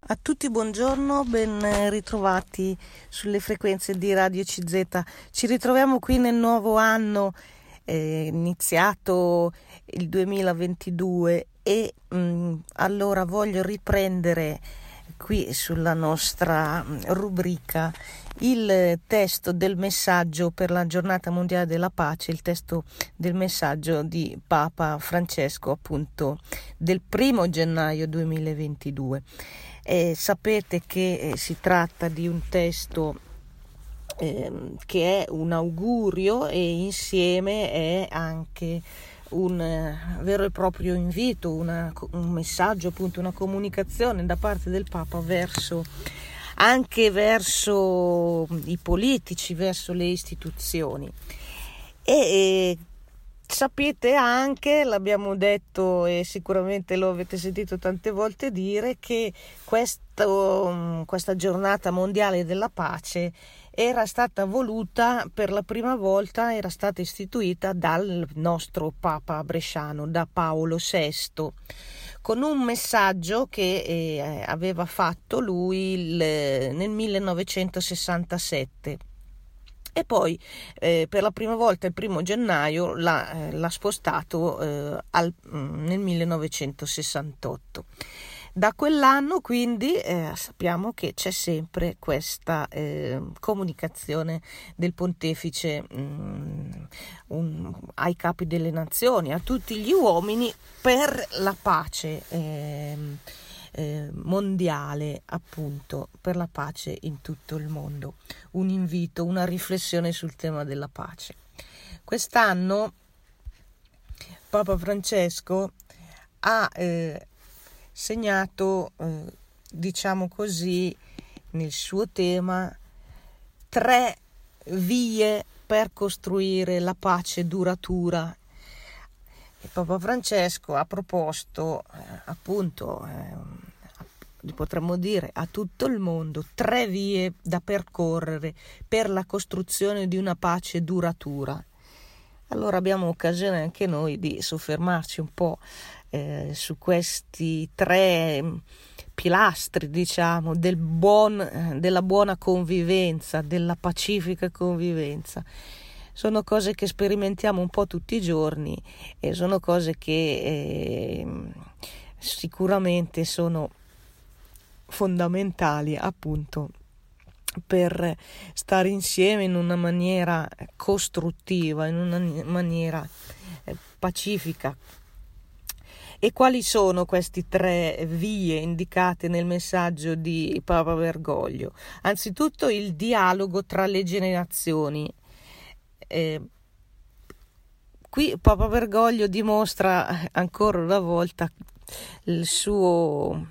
A tutti buongiorno, ben ritrovati sulle frequenze di Radio CZ. Ci ritroviamo qui nel nuovo anno, iniziato il 2022 e allora voglio riprendere qui sulla nostra rubrica il testo del messaggio per la giornata mondiale della pace, il testo del messaggio di Papa Francesco, appunto del 1° gennaio 2022. Sapete che si tratta di un testo che è un augurio e insieme è anche un vero e proprio invito, un messaggio, appunto una comunicazione da parte del Papa anche verso i politici, verso le istituzioni. E sapete anche, l'abbiamo detto e sicuramente lo avete sentito tante volte dire, che questa giornata mondiale della pace era stata voluta per la prima volta, era stata istituita dal nostro Papa bresciano, da Paolo VI, con un messaggio che aveva fatto lui nel 1967. E poi per la prima volta il 1° gennaio l'ha spostato nel 1968. Da quell'anno quindi sappiamo che c'è sempre questa comunicazione del pontefice ai capi delle nazioni, a tutti gli uomini, per la pace mondiale, appunto, per la pace in tutto il mondo. Un invito, una riflessione sul tema della pace. Quest'anno Papa Francesco ha segnato, diciamo così, nel suo tema 3 vie per costruire la pace duratura. E Papa Francesco ha proposto potremmo dire a tutto il mondo 3 vie da percorrere per la costruzione di una pace duratura. Allora abbiamo occasione anche noi di soffermarci un po' su questi 3 pilastri, diciamo, della buona convivenza, della pacifica convivenza. Sono cose che sperimentiamo un po' tutti i giorni e sono cose che sicuramente sono fondamentali, appunto, per stare insieme in una maniera costruttiva, in una maniera pacifica. E quali sono questi 3 vie indicate nel messaggio di Papa Bergoglio? Anzitutto il dialogo tra le generazioni. Qui Papa Bergoglio dimostra ancora una volta il suo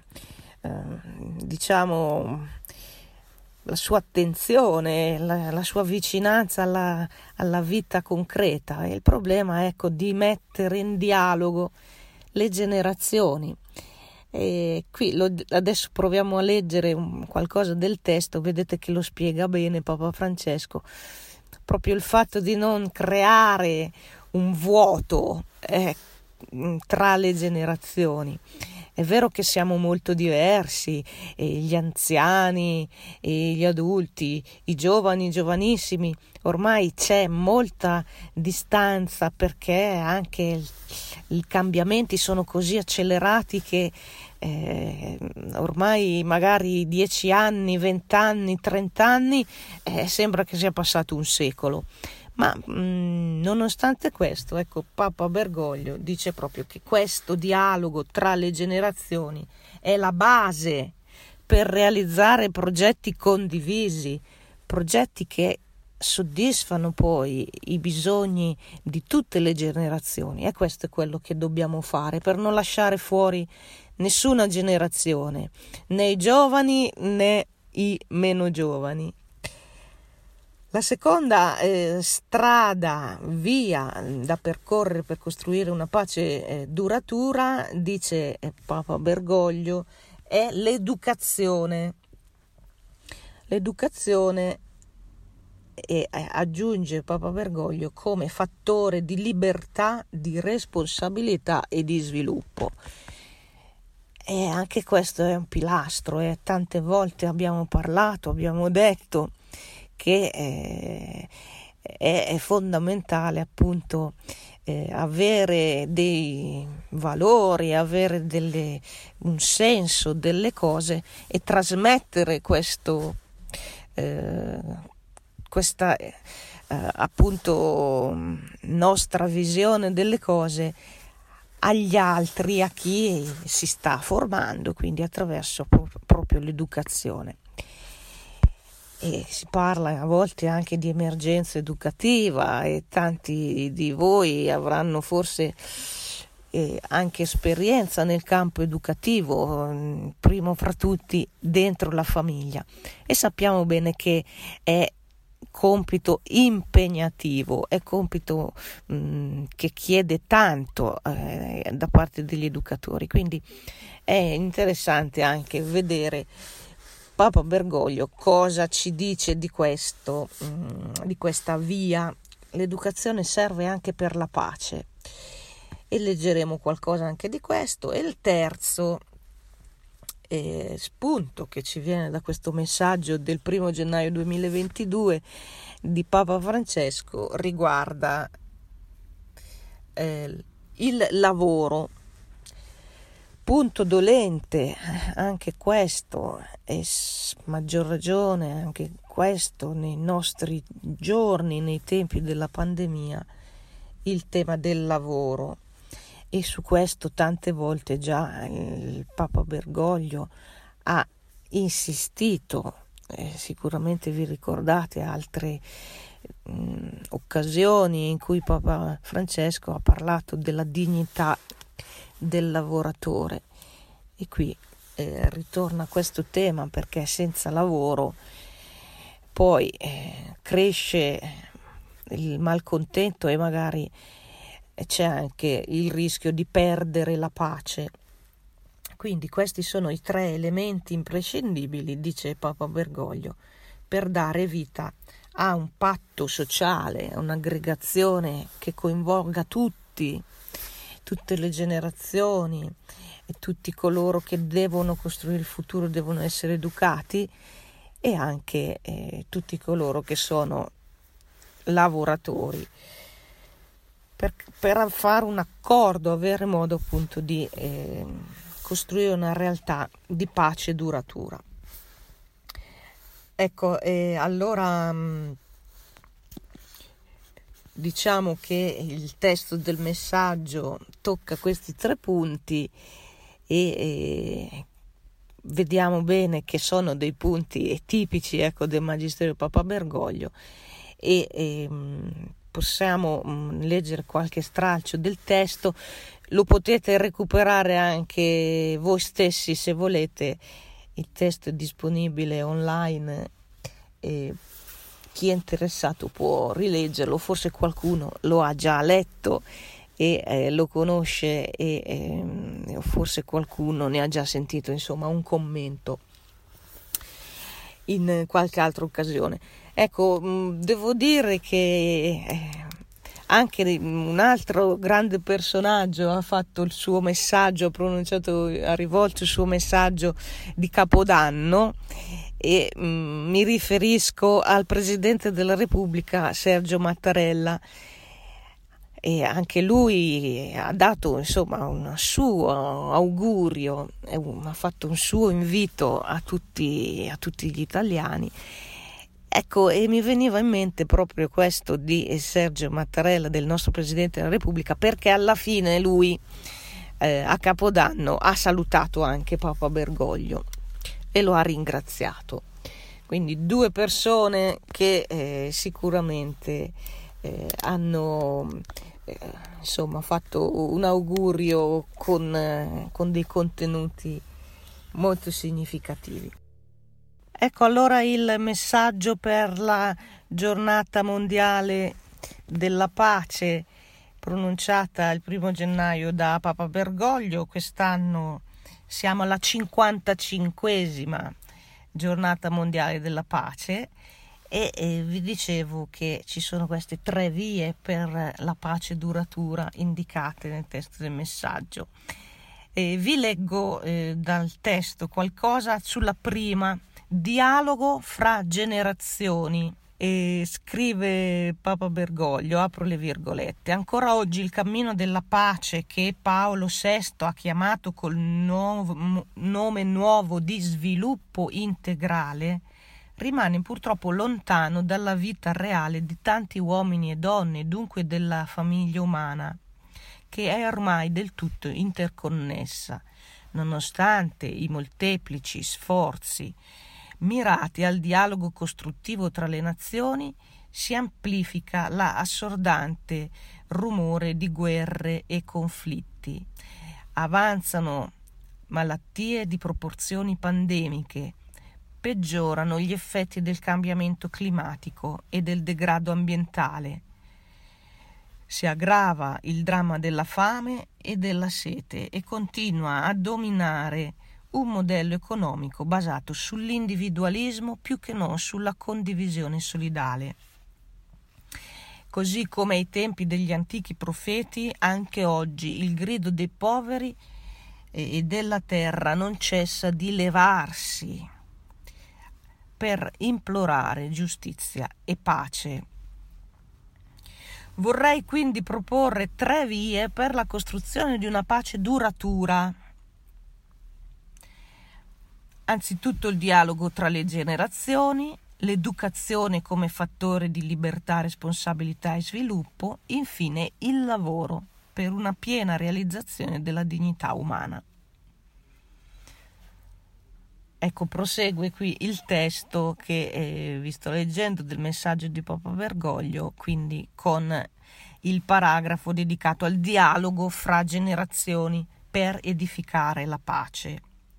la sua attenzione, la sua vicinanza alla vita concreta. E il problema è, di mettere in dialogo le generazioni. E qui adesso proviamo a leggere qualcosa del testo, vedete che lo spiega bene Papa Francesco. Proprio il fatto di non creare un vuoto tra le generazioni. È vero che siamo molto diversi, gli anziani, gli adulti, i giovani, i giovanissimi, ormai c'è molta distanza perché anche i cambiamenti sono così accelerati che ormai magari 10 anni, 20 anni, 30 anni sembra che sia passato un secolo. Ma nonostante questo, Papa Bergoglio dice proprio che questo dialogo tra le generazioni è la base per realizzare progetti condivisi, progetti che soddisfano poi i bisogni di tutte le generazioni. E questo è quello che dobbiamo fare per non lasciare fuori nessuna generazione, né i giovani né i meno giovani. La seconda via da percorrere per costruire una pace duratura, dice Papa Bergoglio, è l'educazione. L'educazione, aggiunge Papa Bergoglio, come fattore di libertà, di responsabilità e di sviluppo. E anche questo è un pilastro, e tante volte abbiamo parlato, abbiamo detto che è fondamentale appunto avere dei valori, avere un senso delle cose e trasmettere questa appunto nostra visione delle cose agli altri, a chi si sta formando, quindi attraverso proprio l'educazione. E si parla a volte anche di emergenza educativa, e tanti di voi avranno forse anche esperienza nel campo educativo, primo fra tutti dentro la famiglia, e sappiamo bene che è compito impegnativo, è compito che chiede tanto da parte degli educatori, quindi è interessante anche vedere Papa Bergoglio cosa ci dice di questo, di questa via. L'educazione serve anche per la pace, e leggeremo qualcosa anche di questo. E il terzo spunto che ci viene da questo messaggio del 1 gennaio 2022 di Papa Francesco riguarda il lavoro. Punto dolente anche questo, e maggior ragione anche questo nei nostri giorni, nei tempi della pandemia, il tema del lavoro. E su questo tante volte già il Papa Bergoglio ha insistito, sicuramente vi ricordate altre occasioni in cui Papa Francesco ha parlato della dignità del lavoratore, e qui ritorna questo tema, perché senza lavoro poi cresce il malcontento e magari c'è anche il rischio di perdere la pace. Quindi questi sono i 3 elementi imprescindibili, dice Papa Bergoglio, per dare vita a un patto sociale, a un'aggregazione che coinvolga tutte le generazioni, e tutti coloro che devono costruire il futuro devono essere educati, e anche tutti coloro che sono lavoratori, per fare un accordo, avere modo appunto di costruire una realtà di pace duratura. Ecco, allora diciamo che il testo del messaggio tocca questi 3 punti, e vediamo bene che sono dei punti tipici, ecco, del Magistero Papa Bergoglio, e possiamo leggere qualche stralcio del testo. Lo potete recuperare anche voi stessi se volete, il testo è disponibile online e chi è interessato può rileggerlo, forse qualcuno lo ha già letto e lo conosce, e forse qualcuno ne ha già sentito, insomma, un commento in qualche altra occasione. Ecco, devo dire che anche un altro grande personaggio ha fatto il suo messaggio, ha rivolto il suo messaggio di Capodanno, e mi riferisco al Presidente della Repubblica Sergio Mattarella, e anche lui ha dato insomma un suo augurio, ha fatto un suo invito a tutti gli italiani. Ecco, e mi veniva in mente proprio questo di Sergio Mattarella, del nostro Presidente della Repubblica, perché alla fine lui a Capodanno ha salutato anche Papa Bergoglio e lo ha ringraziato. Quindi 2 persone che sicuramente hanno insomma fatto un augurio con dei contenuti molto significativi. Ecco allora il messaggio per la giornata mondiale della pace, pronunciata il 1 gennaio da Papa Bergoglio. Quest'anno siamo alla 55esima giornata mondiale della pace, e vi dicevo che ci sono queste 3 vie per la pace duratura indicate nel testo del messaggio. Vi leggo dal testo qualcosa sulla prima, dialogo fra generazioni. E scrive Papa Bergoglio, apro le virgolette: ancora oggi il cammino della pace che Paolo VI ha chiamato col nome nuovo di sviluppo integrale rimane purtroppo lontano dalla vita reale di tanti uomini e donne, dunque della famiglia umana, che è ormai del tutto interconnessa, nonostante i molteplici sforzi mirati al dialogo costruttivo tra le nazioni. Si amplifica l'assordante rumore di guerre e conflitti. Avanzano malattie di proporzioni pandemiche, peggiorano gli effetti del cambiamento climatico e del degrado ambientale. Si aggrava il dramma della fame e della sete e continua a dominare un modello economico basato sull'individualismo più che non sulla condivisione solidale. Così come ai tempi degli antichi profeti, anche oggi il grido dei poveri e della terra non cessa di levarsi per implorare giustizia e pace. Vorrei quindi proporre 3 vie per la costruzione di una pace duratura. Anzitutto il dialogo tra le generazioni, l'educazione come fattore di libertà, responsabilità e sviluppo, infine il lavoro per una piena realizzazione della dignità umana. Ecco, prosegue qui il testo che vi sto leggendo del messaggio di Papa Bergoglio, quindi con il paragrafo dedicato al dialogo fra generazioni per edificare la pace.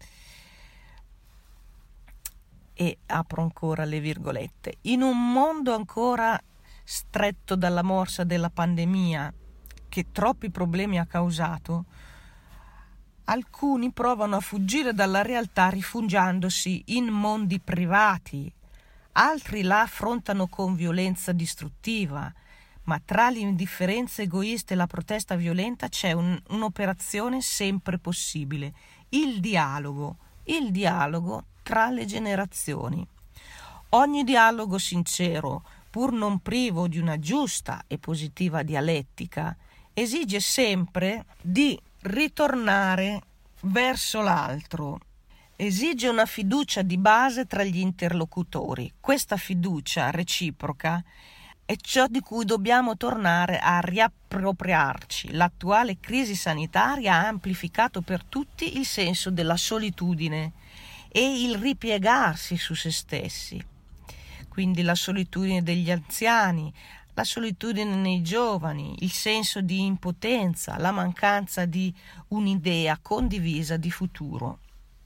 E apro ancora le virgolette: in un mondo ancora stretto dalla morsa della pandemia che troppi problemi ha causato, alcuni provano a fuggire dalla realtà rifugiandosi in mondi privati, altri la affrontano con violenza distruttiva, ma tra l'indifferenza egoista e la protesta violenta c'è un'operazione sempre possibile: il dialogo tra le generazioni. Ogni dialogo sincero, pur non privo di una giusta e positiva dialettica, esige sempre di ritornare verso l'altro. Esige una fiducia di base tra gli interlocutori. Questa fiducia reciproca è ciò di cui dobbiamo tornare a riappropriarci. L'attuale crisi sanitaria ha amplificato per tutti il senso della solitudine e il ripiegarsi su se stessi. Quindi la solitudine degli anziani, la solitudine nei giovani, il senso di impotenza, la mancanza di un'idea condivisa di futuro.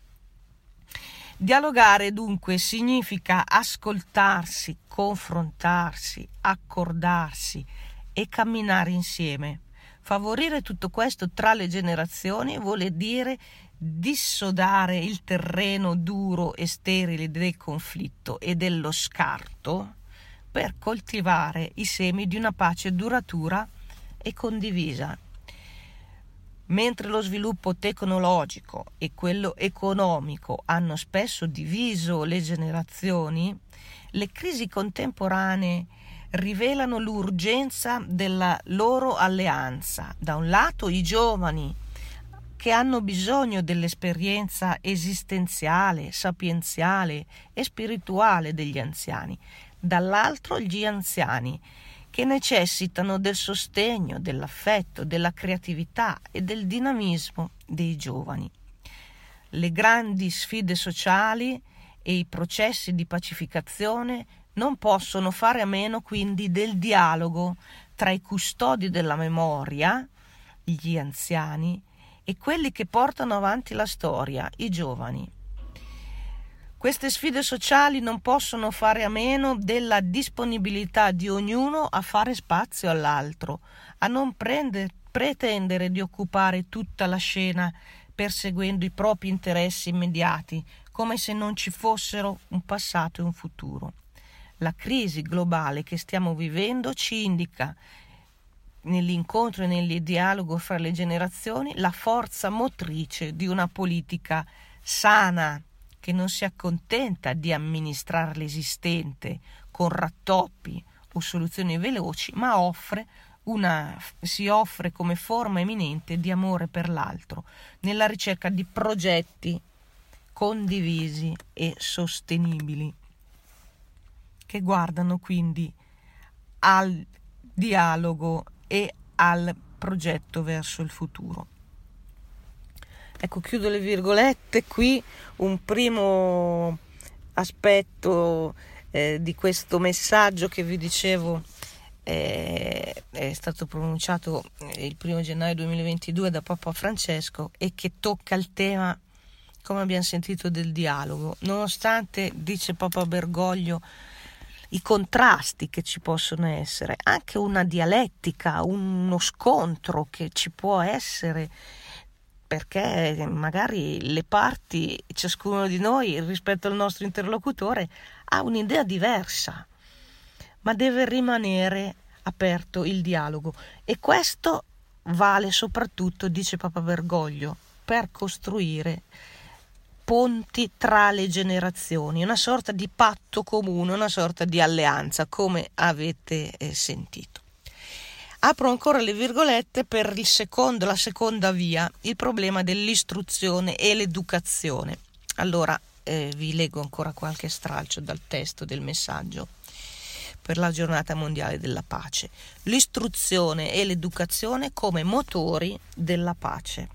Dialogare dunque significa ascoltarsi, confrontarsi, accordarsi e camminare insieme. Favorire tutto questo tra le generazioni vuole dire dissodare il terreno duro e sterile del conflitto e dello scarto per coltivare i semi di una pace duratura e condivisa. Mentre lo sviluppo tecnologico e quello economico hanno spesso diviso le generazioni, le crisi contemporanee rivelano l'urgenza della loro alleanza. Da un lato i giovani, che hanno bisogno dell'esperienza esistenziale, sapienziale e spirituale degli anziani, dall'altro gli anziani, che necessitano del sostegno, dell'affetto, della creatività e del dinamismo dei giovani. Le grandi sfide sociali e i processi di pacificazione non possono fare a meno quindi del dialogo tra i custodi della memoria, gli anziani, e quelli che portano avanti la storia, i giovani. Queste sfide sociali non possono fare a meno della disponibilità di ognuno a fare spazio all'altro, a non pretendere di occupare tutta la scena perseguendo i propri interessi immediati, come se non ci fossero un passato e un futuro. La crisi globale che stiamo vivendo ci indica nell'incontro e nel dialogo fra le generazioni la forza motrice di una politica sana, che non si accontenta di amministrare l'esistente con rattoppi o soluzioni veloci, ma si offre come forma eminente di amore per l'altro, nella ricerca di progetti condivisi e sostenibili, che guardano quindi al dialogo e al progetto verso il futuro. Ecco, chiudo le virgolette qui. Un primo aspetto di questo messaggio che vi dicevo è stato pronunciato il 1 gennaio 2022 da Papa Francesco e che tocca il tema, come abbiamo sentito, del dialogo, nonostante, dice Papa Bergoglio, i contrasti che ci possono essere, anche una dialettica, uno scontro che ci può essere, perché magari le parti, ciascuno di noi rispetto al nostro interlocutore ha un'idea diversa, ma deve rimanere aperto il dialogo, e questo vale soprattutto, dice Papa Bergoglio, per costruire ponti tra le generazioni, una sorta di patto comune, una sorta di alleanza, come avete sentito. Apro ancora le virgolette per la seconda via, il problema dell'istruzione e l'educazione. Allora vi leggo ancora qualche stralcio dal testo del messaggio per la giornata mondiale della pace. L'istruzione e l'educazione come motori della pace.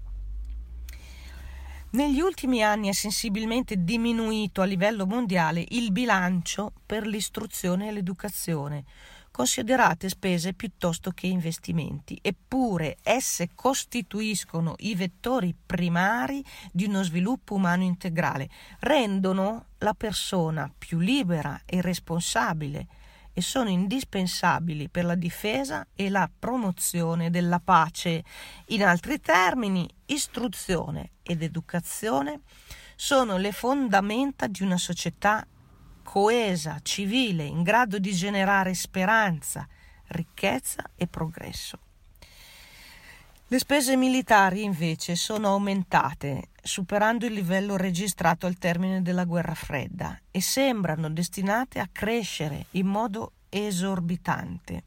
Negli ultimi anni è sensibilmente diminuito a livello mondiale il bilancio per l'istruzione e l'educazione, considerate spese piuttosto che investimenti, eppure esse costituiscono i vettori primari di uno sviluppo umano integrale, rendono la persona più libera e responsabile e sono indispensabili per la difesa e la promozione della pace. In altri termini, istruzione ed educazione sono le fondamenta di una società coesa, civile, in grado di generare speranza, ricchezza e progresso. Le spese militari invece sono aumentate, superando il livello registrato al termine della guerra fredda, e sembrano destinate a crescere in modo esorbitante.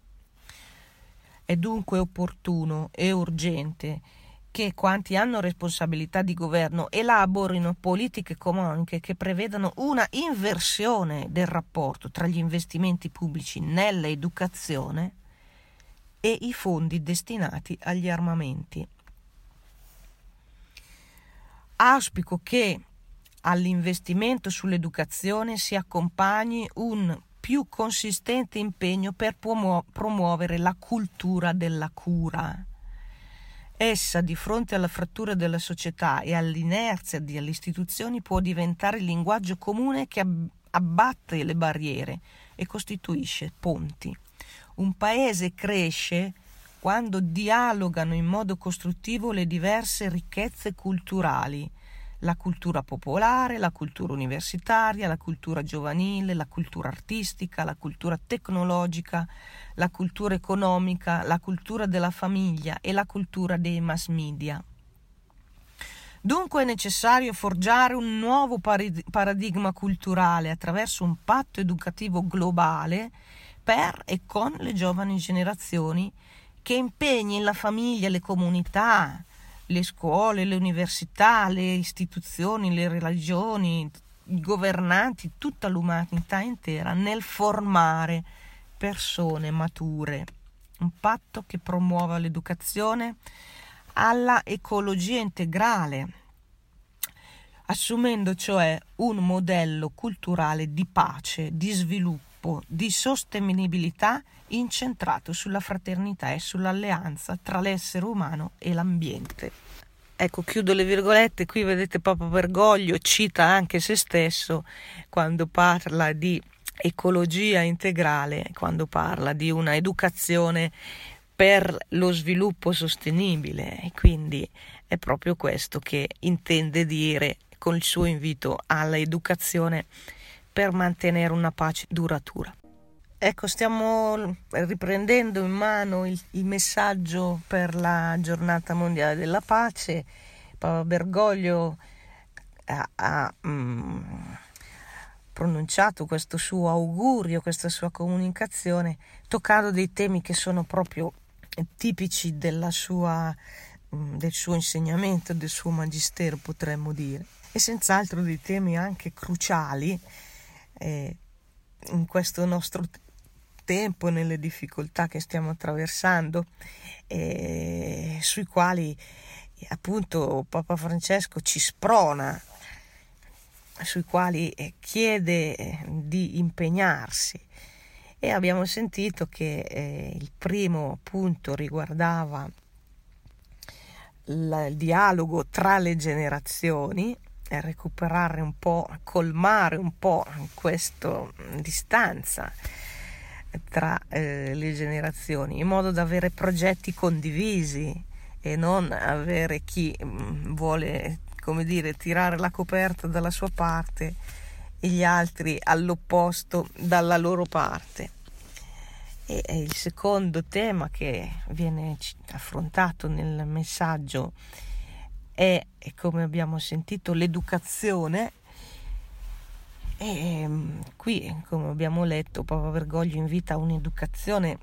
È dunque opportuno e urgente che quanti hanno responsabilità di governo elaborino politiche economiche che prevedano una inversione del rapporto tra gli investimenti pubblici nell'educazione e i fondi destinati agli armamenti. Auspico che all'investimento sull'educazione si accompagni un più consistente impegno per promuovere la cultura della cura. Essa, di fronte alla frattura della società e all'inerzia delle istituzioni, può diventare il linguaggio comune che abbatte le barriere e costituisce ponti. Un paese cresce quando dialogano in modo costruttivo le diverse ricchezze culturali, la cultura popolare, la cultura universitaria, la cultura giovanile, la cultura artistica, la cultura tecnologica, la cultura economica, la cultura della famiglia e la cultura dei mass media. Dunque è necessario forgiare un nuovo paradigma culturale attraverso un patto educativo globale per e con le giovani generazioni, che impegni la famiglia, le comunità, le scuole, le università, le istituzioni, le religioni, i governanti, tutta l'umanità intera nel formare persone mature. Un patto che promuova l'educazione alla ecologia integrale, assumendo cioè un modello culturale di pace, di sviluppo, di sostenibilità incentrato sulla fraternità e sull'alleanza tra l'essere umano e l'ambiente. Ecco, chiudo le virgolette. Qui vedete Papa Bergoglio cita anche se stesso quando parla di ecologia integrale, quando parla di una educazione per lo sviluppo sostenibile, e quindi è proprio questo che intende dire con il suo invito alla educazione per mantenere una pace duratura. Ecco, stiamo riprendendo in mano il messaggio per la giornata mondiale della pace. Papa Bergoglio ha pronunciato questo suo augurio, questa sua comunicazione, toccando dei temi che sono proprio tipici del suo insegnamento, del suo magistero, potremmo dire, e senz'altro dei temi anche cruciali in questo nostro tempo, nelle difficoltà che stiamo attraversando, sui quali appunto Papa Francesco ci sprona, sui quali chiede di impegnarsi. E abbiamo sentito che il primo punto riguardava il dialogo tra le generazioni, e recuperare un po', colmare un po' questa distanza tra le generazioni, in modo da avere progetti condivisi e non avere chi vuole, come dire, tirare la coperta dalla sua parte e gli altri all'opposto dalla loro parte. E il secondo tema che viene affrontato nel messaggio è, come abbiamo sentito, l'educazione. E qui, come abbiamo letto, Papa Bergoglio invita a un'educazione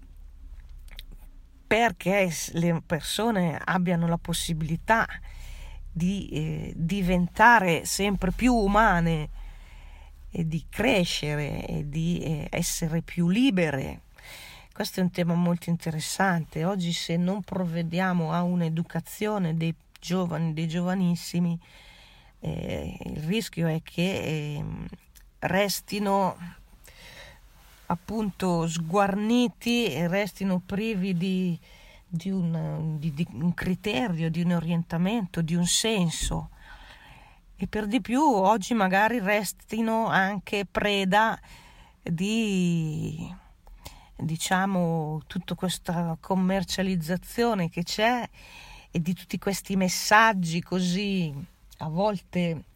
perché le persone abbiano la possibilità di diventare sempre più umane e di crescere e di essere più libere. Questo è un tema molto interessante. Oggi, se non provvediamo a un'educazione dei giovani, dei giovanissimi, il rischio è che restino appunto sguarniti e restino privi di un criterio, di un orientamento, di un senso, e per di più oggi magari restino anche preda di, diciamo, tutta questa commercializzazione che c'è e di tutti questi messaggi così a volte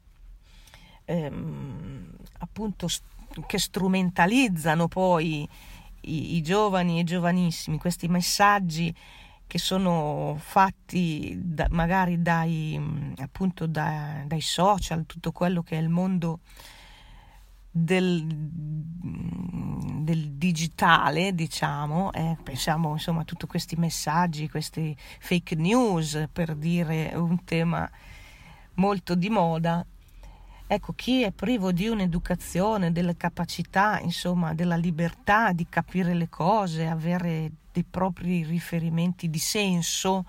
appunto che strumentalizzano poi i giovani e giovanissimi, questi messaggi che sono fatti magari dai social, tutto quello che è il mondo del digitale, diciamo, pensiamo insomma a tutti questi messaggi, questi fake news, per dire un tema molto di moda. Ecco, chi è privo di un'educazione, delle capacità, insomma, della libertà di capire le cose, avere dei propri riferimenti di senso,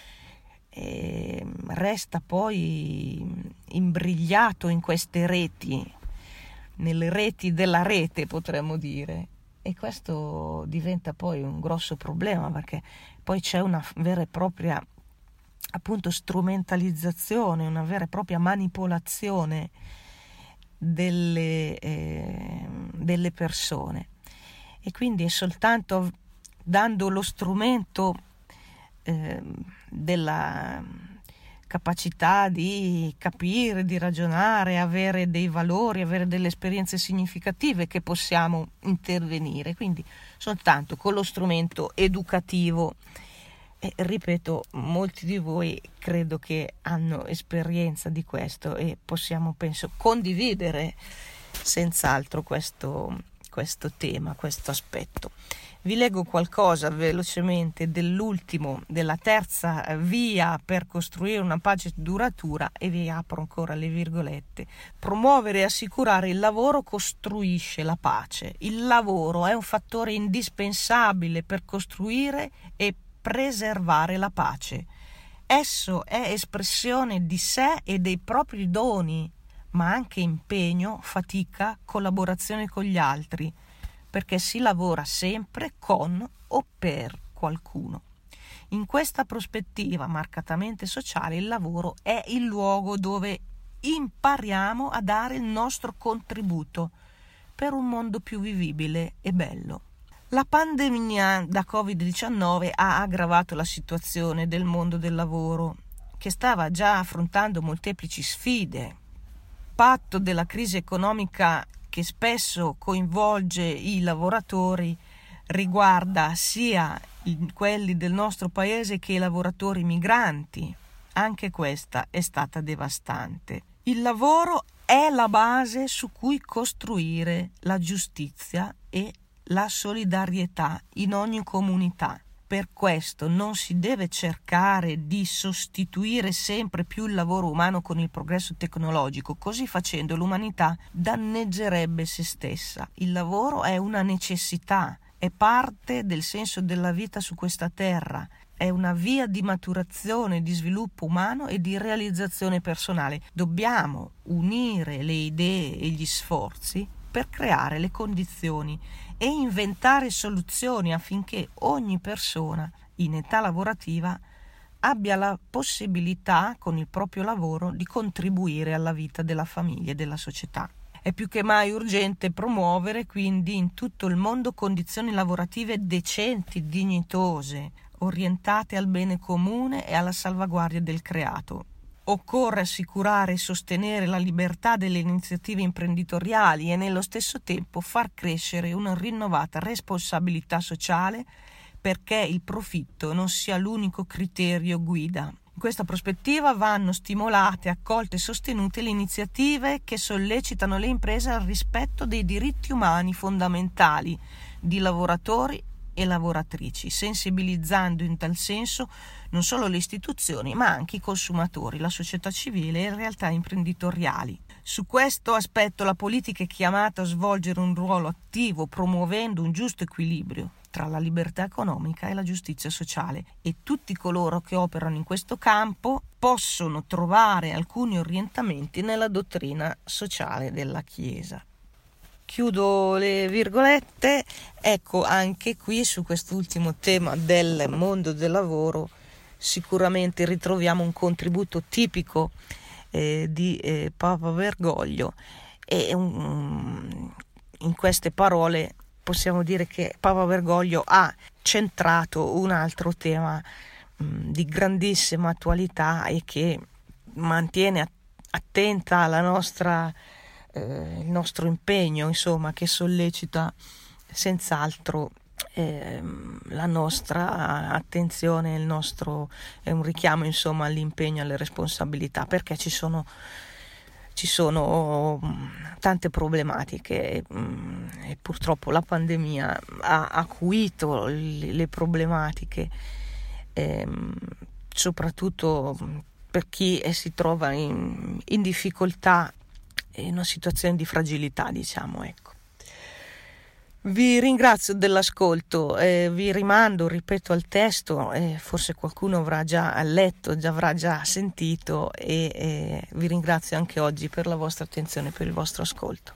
resta poi imbrigliato in queste reti, nelle reti della rete, potremmo dire. E questo diventa poi un grosso problema, perché poi c'è una vera e propria appunto strumentalizzazione, una vera e propria manipolazione delle persone, e quindi è soltanto dando lo strumento della capacità di capire, di ragionare, avere dei valori, avere delle esperienze significative che possiamo intervenire, quindi soltanto con lo strumento educativo. E ripeto, molti di voi credo che hanno esperienza di questo e possiamo, penso, condividere senz'altro questo tema, questo aspetto. Vi leggo qualcosa velocemente della terza via per costruire una pace duratura e vi apro ancora le virgolette. Promuovere e assicurare il lavoro costruisce la pace. Il lavoro è un fattore indispensabile per costruire e preservare la pace. Esso è espressione di sé e dei propri doni, ma anche impegno, fatica, collaborazione con gli altri, perché si lavora sempre con o per qualcuno. In questa prospettiva marcatamente sociale, il lavoro è il luogo dove impariamo a dare il nostro contributo per un mondo più vivibile e bello. La pandemia da Covid-19 ha aggravato la situazione del mondo del lavoro, che stava già affrontando molteplici sfide. Patto della crisi economica che spesso coinvolge i lavoratori riguarda sia quelli del nostro paese che i lavoratori migranti. Anche questa è stata devastante. Il lavoro è la base su cui costruire la giustizia e la solidarietà in ogni comunità. Per questo non si deve cercare di sostituire sempre più il lavoro umano con il progresso tecnologico. Così facendo l'umanità danneggerebbe se stessa. Il lavoro è una necessità, è parte del senso della vita su questa terra, è una via di maturazione, di sviluppo umano e di realizzazione personale. Dobbiamo unire le idee e gli sforzi per creare le condizioni e inventare soluzioni affinché ogni persona in età lavorativa abbia la possibilità, con il proprio lavoro, di contribuire alla vita della famiglia e della società. È più che mai urgente promuovere quindi in tutto il mondo condizioni lavorative decenti, dignitose, orientate al bene comune e alla salvaguardia del creato. Occorre assicurare e sostenere la libertà delle iniziative imprenditoriali e nello stesso tempo far crescere una rinnovata responsabilità sociale perché il profitto non sia l'unico criterio guida. In questa prospettiva vanno stimolate, accolte e sostenute le iniziative che sollecitano le imprese al rispetto dei diritti umani fondamentali di lavoratori e lavoratrici, sensibilizzando in tal senso non solo le istituzioni ma anche i consumatori, la società civile e le realtà imprenditoriali. Su questo aspetto la politica è chiamata a svolgere un ruolo attivo, promuovendo un giusto equilibrio tra la libertà economica e la giustizia sociale, e tutti coloro che operano in questo campo possono trovare alcuni orientamenti nella dottrina sociale della Chiesa. Chiudo le virgolette. Ecco, anche qui su quest'ultimo tema del mondo del lavoro sicuramente ritroviamo un contributo tipico di Papa Bergoglio, e in queste parole possiamo dire che Papa Bergoglio ha centrato un altro tema di grandissima attualità e che mantiene attenta la nostra il nostro impegno, insomma, che sollecita senz'altro la nostra attenzione, è un richiamo, insomma, all'impegno, alle responsabilità, perché ci sono tante problematiche e purtroppo la pandemia ha acuito le problematiche, soprattutto per chi si trova in difficoltà, in una situazione di fragilità, diciamo, ecco. Vi ringrazio dell'ascolto, vi rimando, ripeto, al testo, forse qualcuno avrà già letto, avrà già sentito, e vi ringrazio anche oggi per la vostra attenzione, per il vostro ascolto.